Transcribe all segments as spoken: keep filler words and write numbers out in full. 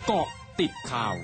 เกาะติดข่าว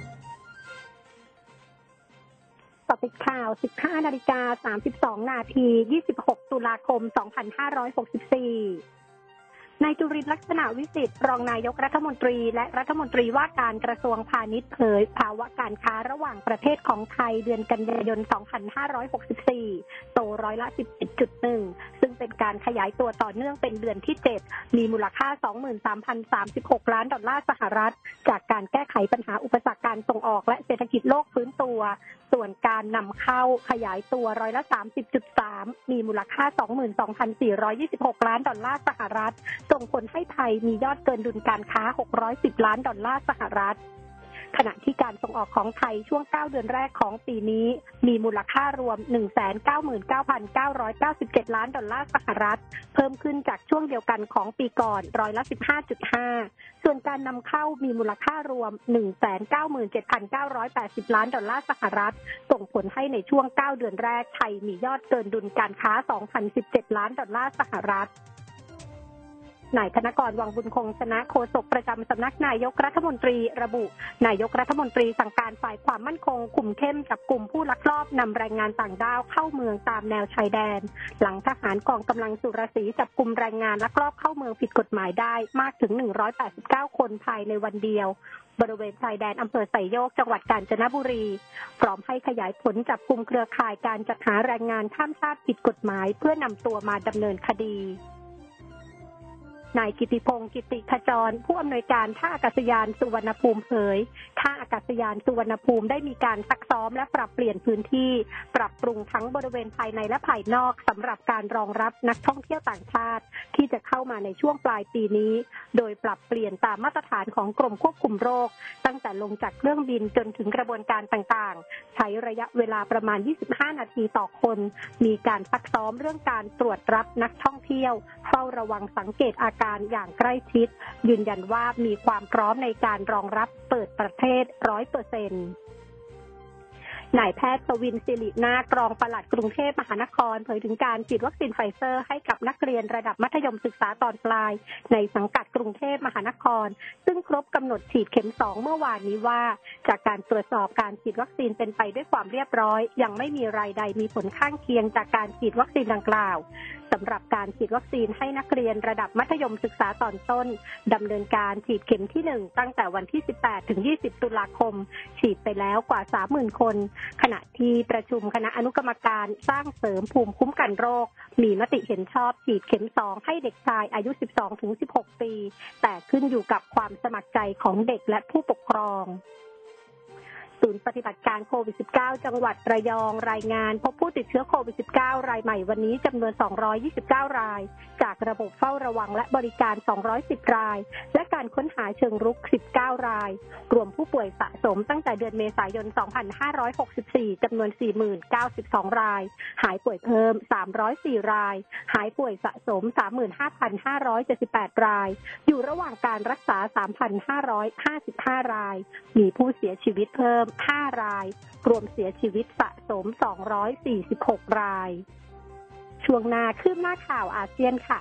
เกาะติดข่าว สิบห้านาฬิกาสามสิบสองนาที ยี่สิบหกตุลาคมสองพันห้าร้อยหกสิบสี่นายจุรินทร์ลักษณะวิสิทธิ์รองนายกรัฐมนตรีและรัฐมนตรีว่าการกระทรวงพาณิชย์เผยภาวะการค้าระหว่างประเทศของไทยเดือนกันยายนสองพันห้าร้อยหกสิบสี่โตร้อยละ สิบเอ็ดจุดหนึ่ง ซึ่งเป็นการขยายตัวต่อเนื่องเป็นเดือนที่เจ็ดมีมูลค่า สองหมื่นสามพันสามสิบหก ล้านดอลลาร์สหรัฐจากการแก้ไขปัญหาอุปสรรคการส่งออกและเศรษฐกิจโลกฟื้นตัวส่วนการนำเข้าขยายตัวร้อยละ สามสิบจุดสาม มีมูลค่า สองหมื่นสองพันสี่ร้อยยี่สิบหก ล้านดอลลาร์สหรัฐส่งผลให้ไทยมียอดเกินดุลการค้าหกร้อยสิบล้านดอลลาร์สหรัฐขณะที่การส่งออกของไทยช่วงเก้าเดือนแรกของปีนี้มีมูลค่ารวม หนึ่งแสนเก้าหมื่นเก้าพันเก้าร้อยเก้าสิบเจ็ด ล้านดอลลาร์สหรัฐเพิ่มขึ้นจากช่วงเดียวกันของปีก่อนร้อยละ สิบห้าจุดห้า ส่วนการนำเข้ามีมูลค่ารวม หนึ่งแสนเก้าหมื่นเจ็ดพันเก้าร้อยแปดสิบ ล้านดอลลาร์สหรัฐส่งผลให้ในช่วงเก้าเดือนแรกไทยมียอดเกินดุลการค้า สองพันสิบเจ็ด ล้านดอลลาร์สหรัฐนายธนกร วังบุญคงชนะโฆษกประจำสำนักนายกรัฐมนตรีระบุนายกรัฐมนตรีสั่งการฝ่ายความมั่นคงคุมเข้มจับกลุ่มผู้ลักลอบนำแรงงานต่างด้าวเข้าเมืองตามแนวชายแดนหลังทหารกองกำลังสุรศรีจับกลุ่มแรงงานลักลอบเข้าเมืองผิดกฎหมายได้มากถึงหนึ่งร้อยแปดสิบเก้าคนภายในวันเดียวบริเวณชายแดนอำเภอไซโยกจังหวัดกาญจนบุรีพร้อมให้ขยายผลจับกลุ่มเครือข่ายการจัดหาแรงงานข้ามชาติผิดกฎหมายเพื่อนำตัวมาดำเนินคดีนายกิติพงศ์กิติขจรผู้อำนวยการท่าอากาศยานสุวรรณภูมิเผยท่าอากาศยานสุวรรณภูมิได้มีการซักซ้อมและปรับเปลี่ยนพื้นที่ปรับปรุงทั้งบริเวณภายในและภายนอกสำหรับการรองรับนักท่องเที่ยวต่างชาติที่จะเข้ามาในช่วงปลายปีนี้โดยปรับเปลี่ยนตามมาตรฐานของกรมควบคุมโรคตั้งแต่ลงจากเครื่องบินจนถึงกระบวนการต่างๆใช้ระยะเวลาประมาณยี่สิบห้านาทีต่อคนมีการซักซ้อมเรื่องการตรวจรับนักท่องเที่ยวเฝ้าระวังสังเกตอาการอย่างใกล้ชิดยืนยันว่ามีความพร้อมในการรองรับเปิดประเทศ ร้อยเปอร์เซ็นต์ นายแพทย์ประวินศิรินาครองปลัดกรุงเทพมหานครเผยถึงการฉีดวัคซีนไฟเซอร์ให้กับนักเรียนระดับมัธยมศึกษาตอนปลายในสังกัดกรุงเทพมหานครซึ่งครบกำหนดฉีดเข็มสองเมื่อวานนี้ว่าจากการตรวจสอบการฉีดวัคซีนเป็นไปด้วยความเรียบร้อยยังไม่มีรายใดมีผลข้างเคียงจากการฉีดวัคซีนดังกล่าวสำหรับการฉีดวัคซีนให้นักเรียนระดับมัธยมศึกษาตอนต้นดำเนินการฉีดเข็มที่หนึ่งตั้งแต่วันที่สิบแปดถึงยี่สิบตุลาคมฉีดไปแล้วกว่า สามหมื่น คนขณะที่ประชุมคณะอนุกรรมการสร้างเสริมภูมิคุ้มกันโรคมีมติเห็นชอบฉีดเข็มสองให้เด็กชายอายุ สิบสองถึงสิบหก ปีแต่ขึ้นอยู่กับความสมัครใจของเด็กและผู้ปกครองศูนย์ปฏิบัติการโควิด สิบเก้า จังหวัดระยองรายงานพบผู้ติดเชื้อโควิด สิบเก้า รายใหม่วันนี้จำนวนสองร้อยยี่สิบเก้ารายจากระบบเฝ้าระวังและบริการสองร้อยสิบรายและการค้นหาเชิงรุกสิบเก้ารายรวมผู้ป่วยสะสมตั้งแต่เดือนเมษายนสองพันห้าร้อยหกสิบสี่จำนวน สี่หมื่นเก้าสิบสองรายหายป่วยเพิ่มสามร้อยสี่รายหายป่วยสะสม สามหมื่นห้าพันห้าร้อยเจ็ดสิบแปดรายอยู่ระหว่างการรักษา สามพันห้าร้อยห้าสิบห้ารายมีผู้เสียชีวิตเพิ่มห้ารายรวมเสียชีวิตสะสมสองร้อยสี่สิบหกรายช่วงหน้าคืบหน้าข่าวอาเซียนค่ะ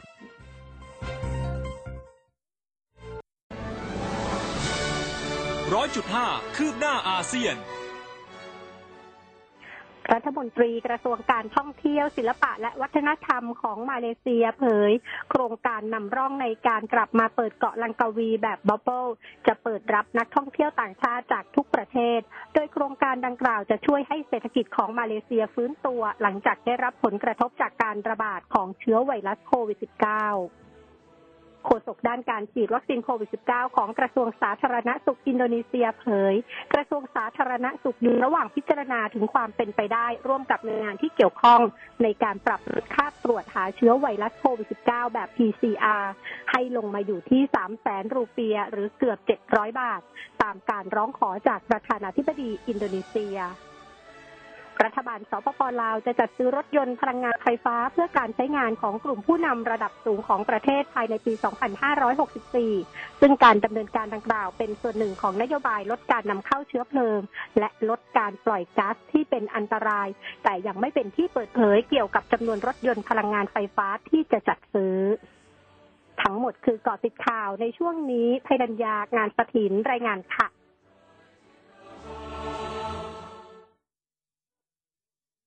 ร้อยจุดห้าคืบหน้าอาเซียนรัฐมนตรีกระทรวงการท่องเที่ยวศิลปะและวัฒนธรรมของมาเลเซียเผยโครงการนำร่องในการกลับมาเปิดเกาะลังกาวีแบบบับเบิ้ลจะเปิดรับนักท่องเที่ยวต่างชาติจากทุกประเทศโดยโครงการดังกล่าวจะช่วยให้เศรษฐกิจของมาเลเซียฟื้นตัวหลังจากได้รับผลกระทบจากการระบาดของเชื้อไวรัสโควิด สิบเก้าโฆษกด้านการฉีดวัคซีนโควิด สิบเก้า ของกระทรวงสาธารณสุขอินโดนีเซียเผยกระทรวงสาธารณสุขอยู่ระหว่างพิจารณาถึงความเป็นไปได้ร่วมกับหน่วยงานที่เกี่ยวข้องในการปรับลดค่าตรวจหาเชื้อไวรัสโควิด สิบเก้า แบบ พี ซี อาร์ ให้ลงมาอยู่ที่ สามแสน รูเปียหรือเกือบเจ็ดร้อยบาทตามการร้องขอจากประธานาธิบดีอินโดนีเซียรัฐบาลสปป.ลาวจะจัดซื้อรถยนต์พลังงานไฟฟ้าเพื่อการใช้งานของกลุ่มผู้นำระดับสูงของประเทศภายในปี สองพันห้าร้อยหกสิบสี่ ซึ่งการดำเนินการดังกล่าวเป็นส่วนหนึ่งของนโยบายลดการนำเข้าเชื้อเพลิงและลดการปล่อยก๊าซที่เป็นอันตรายแต่ยังไม่เป็นที่เปิดเผยเกี่ยวกับจำนวนรถยนต์พลังงานไฟฟ้าที่จะจัดซื้อทั้งหมดคือเกาะติดข่าวในช่วงนี้ภัยดัญญางานสถินรายงานค่ะ